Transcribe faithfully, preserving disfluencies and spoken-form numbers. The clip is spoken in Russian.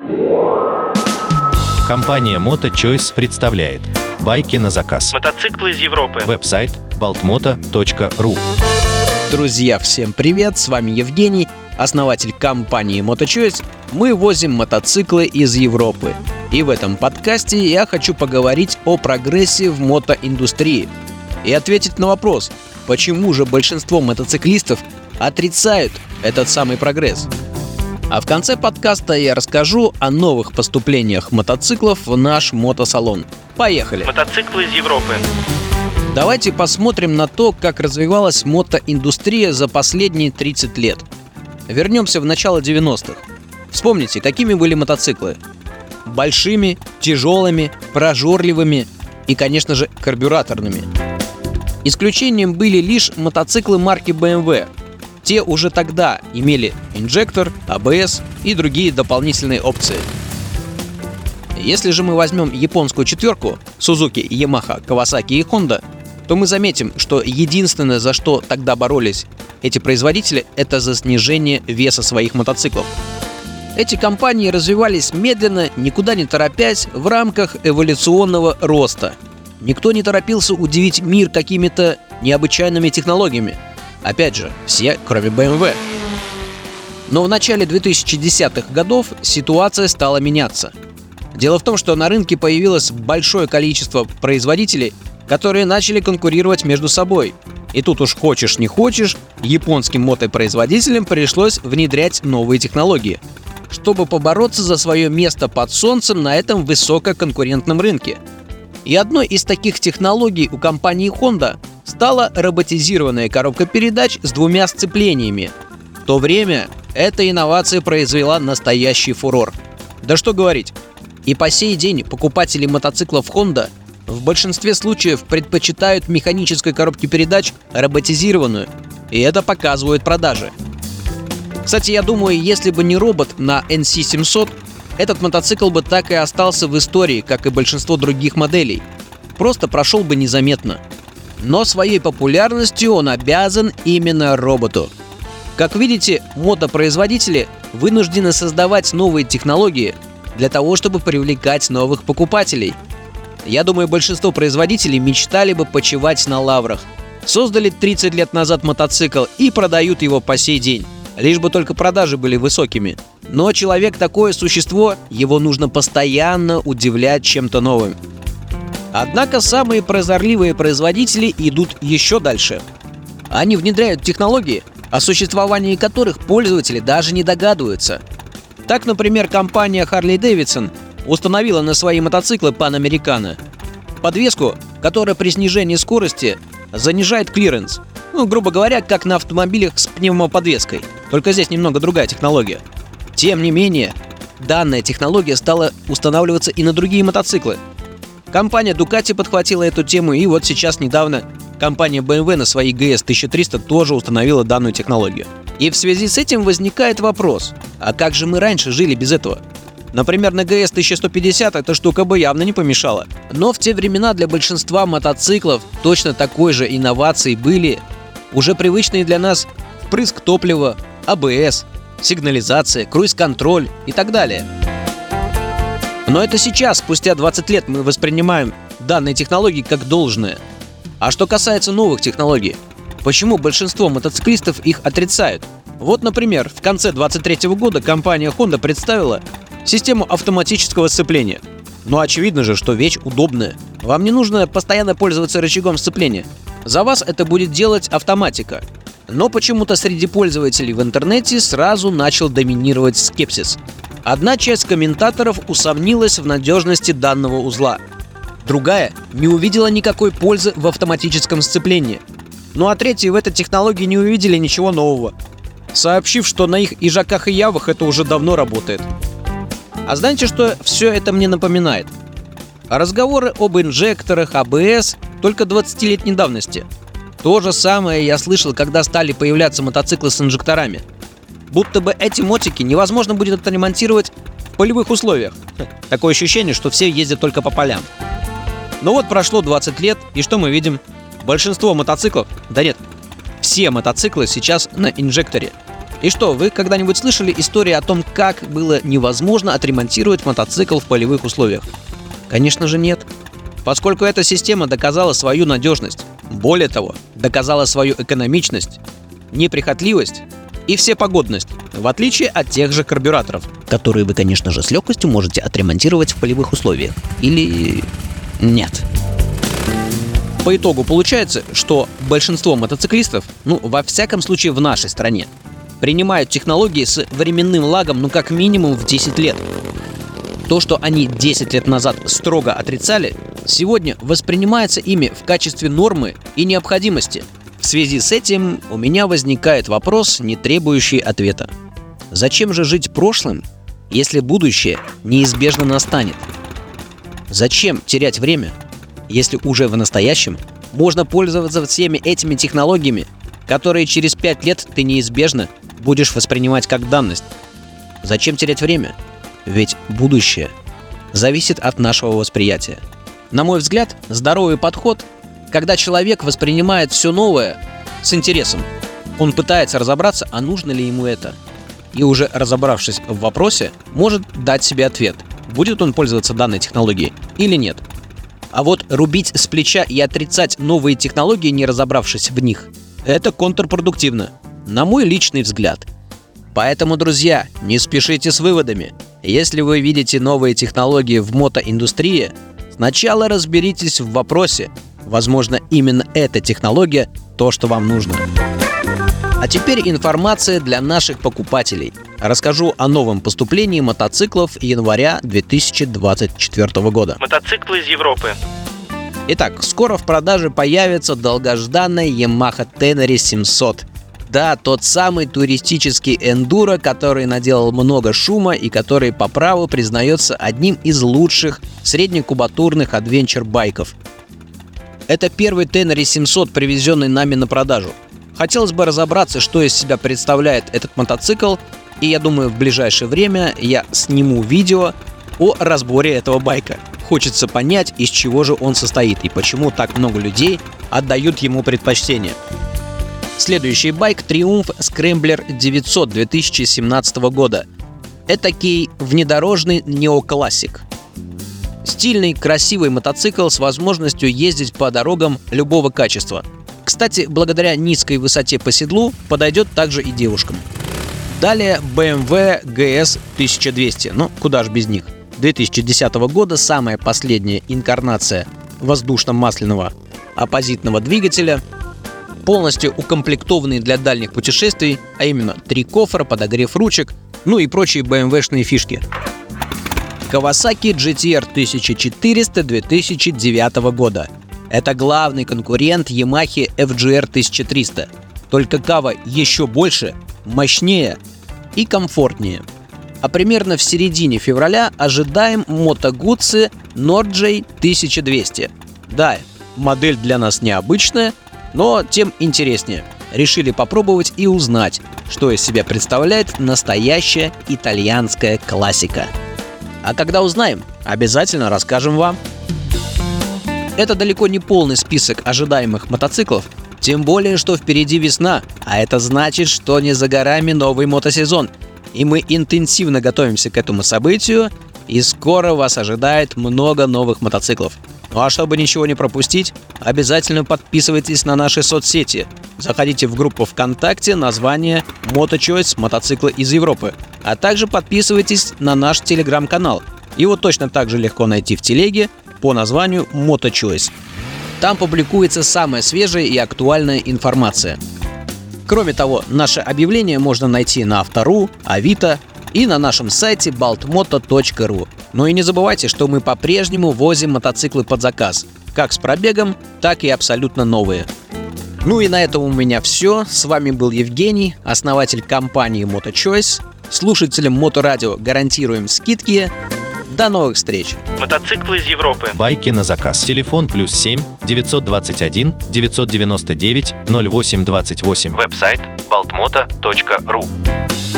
Компания MotoChoice представляет байки на заказ. Мотоциклы из Европы. Веб-сайт болтмото точка ру. Друзья, всем привет! С вами Евгений, основатель компании MotoChoice. Мы возим мотоциклы из Европы. И в этом подкасте я хочу поговорить о прогрессе в мотоиндустрии и ответить на вопрос, почему же большинство мотоциклистов отрицают этот самый прогресс. А в конце подкаста я расскажу о новых поступлениях мотоциклов в наш мотосалон. Поехали! Мотоциклы из Европы. Давайте посмотрим на то, как развивалась мотоиндустрия за последние тридцать лет. Вернемся в начало девяностых. Вспомните, какими были мотоциклы? Большими, тяжелыми, прожорливыми и, конечно же, карбюраторными. Исключением были лишь мотоциклы марки бэ эм вэ. Те уже тогда имели инжектор, а бэ эс и другие дополнительные опции. Если же мы возьмем японскую четверку Suzuki, Yamaha, Kawasaki и Honda, то мы заметим, что единственное, за что тогда боролись эти производители, это за снижение веса своих мотоциклов. Эти компании развивались медленно, никуда не торопясь, в рамках эволюционного роста. Никто не торопился удивить мир какими-то необычайными технологиями. Опять же, все, кроме бэ эм вэ. Но в начале две тысячи десятых годов ситуация стала меняться. Дело в том, что на рынке появилось большое количество производителей, которые начали конкурировать между собой. И тут уж хочешь не хочешь, японским мотопроизводителям пришлось внедрять новые технологии, чтобы побороться за свое место под солнцем на этом высококонкурентном рынке. И одной из таких технологий у компании Honda стала роботизированная коробка передач с двумя сцеплениями. В то время эта инновация произвела настоящий фурор. Да что говорить, и по сей день покупатели мотоциклов Honda в большинстве случаев предпочитают механической коробке передач роботизированную, и это показывают продажи. Кстати, я думаю, если бы не робот на эн си семьсот, этот мотоцикл бы так и остался в истории, как и большинство других моделей. Просто прошел бы незаметно. Но своей популярностью он обязан именно роботу. Как видите, мотопроизводители вынуждены создавать новые технологии для того, чтобы привлекать новых покупателей. Я думаю, большинство производителей мечтали бы почивать на лаврах. Создали тридцать лет назад мотоцикл и продают его по сей день, лишь бы только продажи были высокими. Но человек такое существо, его нужно постоянно удивлять чем-то новым. Однако самые прозорливые производители идут еще дальше. Они внедряют технологии, о существовании которых пользователи даже не догадываются. Так, например, компания Harley-Davidson установила на свои мотоциклы Pan Americana подвеску, которая при снижении скорости занижает клиренс. Ну, грубо говоря, как на автомобилях с пневмоподвеской. Только здесь немного другая технология. Тем не менее, данная технология стала устанавливаться и на другие мотоциклы. Компания Ducati подхватила эту тему, и вот сейчас недавно компания бэ эм вэ на своей джи эс тысяча триста тоже установила данную технологию. И в связи с этим возникает вопрос, а как же мы раньше жили без этого? Например, на джи эс тысяча сто пятьдесят эта штука бы явно не помешала. Но в те времена для большинства мотоциклов точно такой же инновацией были уже привычные для нас впрыск топлива, а бэ эс, сигнализация, круиз-контроль и так далее. Но это сейчас, спустя двадцать лет, мы воспринимаем данные технологии как должное. А что касается новых технологий, почему большинство мотоциклистов их отрицают? Вот, например, в конце двадцать третьего года компания Honda представила систему автоматического сцепления. Но очевидно же, что вещь удобная. Вам не нужно постоянно пользоваться рычагом сцепления. За вас это будет делать автоматика. Но почему-то среди пользователей в интернете сразу начал доминировать скепсис. Одна часть комментаторов усомнилась в надежности данного узла. Другая не увидела никакой пользы в автоматическом сцеплении. Ну а третьи в этой технологии не увидели ничего нового, сообщив, что на их ижаках и явах это уже давно работает. А знаете, что все это мне напоминает? Разговоры об инжекторах, а бэ эс только двадцатилетней давности. То же самое я слышал, когда стали появляться мотоциклы с инжекторами. Будто бы эти мотики невозможно будет отремонтировать в полевых условиях. Такое ощущение, что все ездят только по полям. Но вот прошло двадцать лет, и что мы видим? Большинство мотоциклов, да нет, все мотоциклы сейчас на инжекторе. И что, вы когда-нибудь слышали истории о том, как было невозможно отремонтировать мотоцикл в полевых условиях? Конечно же нет. Поскольку эта система доказала свою надежность, более того, доказала свою экономичность, неприхотливость и всепогодность, в отличие от тех же карбюраторов, которые вы, конечно же, с легкостью можете отремонтировать в полевых условиях. Или нет. По итогу получается, что большинство мотоциклистов, ну, во всяком случае в нашей стране, принимают технологии с временным лагом, ну, как минимум в десять лет. То, что они десять лет назад строго отрицали, сегодня воспринимается ими в качестве нормы и необходимости. В связи с этим у меня возникает вопрос, не требующий ответа. Зачем же жить прошлым, если будущее неизбежно настанет? Зачем терять время, если уже в настоящем можно пользоваться всеми этими технологиями, которые через пять лет ты неизбежно будешь воспринимать как данность? Зачем терять время? Ведь будущее зависит от нашего восприятия. На мой взгляд, здоровый подход, когда человек воспринимает все новое с интересом. Он пытается разобраться, а нужно ли ему это. И уже разобравшись в вопросе, может дать себе ответ, будет он пользоваться данной технологией или нет. А вот рубить с плеча и отрицать новые технологии, не разобравшись в них, это контрпродуктивно, на мой личный взгляд. Поэтому, друзья, не спешите с выводами. Если вы видите новые технологии в мотоиндустрии, сначала разберитесь в вопросе. Возможно, именно эта технология то, что вам нужно. А теперь информация для наших покупателей. Расскажу о новом поступлении мотоциклов января две тысячи двадцать четвёртого года. Мотоциклы из Европы. Итак, скоро в продаже появится долгожданная Yamaha Tenere семьсот. Да, тот самый туристический эндуро, который наделал много шума и который по праву признается одним из лучших среднекубатурных адвенчер-байков. Это первый Tenere семьсот, привезенный нами на продажу. Хотелось бы разобраться, что из себя представляет этот мотоцикл, и я думаю, в ближайшее время я сниму видео о разборе этого байка. Хочется понять, из чего же он состоит и почему так много людей отдают ему предпочтение. Следующий байк — Triumph Scrambler девятьсот две тысячи семнадцатого года. Этакий внедорожный неоклассик. Стильный, красивый мотоцикл с возможностью ездить по дорогам любого качества. Кстати, благодаря низкой высоте по седлу подойдет также и девушкам. Далее бэ эм вэ джи эс тысяча двести, ну куда ж без них. две тысячи десятого года самая последняя инкарнация воздушно-масляного оппозитного двигателя, полностью укомплектованный для дальних путешествий, а именно три кофра, подогрев ручек, ну и прочие бэ эм вэ-шные фишки. Kawasaki джи ти ар тысяча четыреста две тысячи девятого года. Это главный конкурент Yamaha эф джи ар тысяча триста. Только Кава еще больше, мощнее и комфортнее. А примерно в середине февраля ожидаем Moto Guzzi Northgate тысяча двести. Да, модель для нас необычная, но тем интереснее. Решили попробовать и узнать, что из себя представляет настоящая итальянская классика. А когда узнаем, обязательно расскажем вам. Это далеко не полный список ожидаемых мотоциклов, тем более, что впереди весна, а это значит, что не за горами новый мотосезон. И мы интенсивно готовимся к этому событию, и скоро вас ожидает много новых мотоциклов. Ну а чтобы ничего не пропустить, обязательно подписывайтесь на наши соцсети. Заходите в группу ВКонтакте, название MotoChoice «Мотоциклы из Европы», а также подписывайтесь на наш телеграм-канал. Его точно так же легко найти в телеге по названию MotoChoice. Там публикуется самая свежая и актуальная информация. Кроме того, наше объявление можно найти на Авто.ру, Авито и на нашем сайте baltmoto точка ру. Ну и не забывайте, что мы по-прежнему возим мотоциклы под заказ, как с пробегом, так и абсолютно новые. Ну и на этом у меня все. С вами был Евгений, основатель компании MotoChoice. Слушателям Моторадио гарантируем скидки. До новых встреч! Мотоциклы из Европы. Байки на заказ. Телефон плюс семь девятьсот двадцать один девятьсот девяносто девять ноль восемь двадцать восемь. Веб-сайт baltmoto точка ру.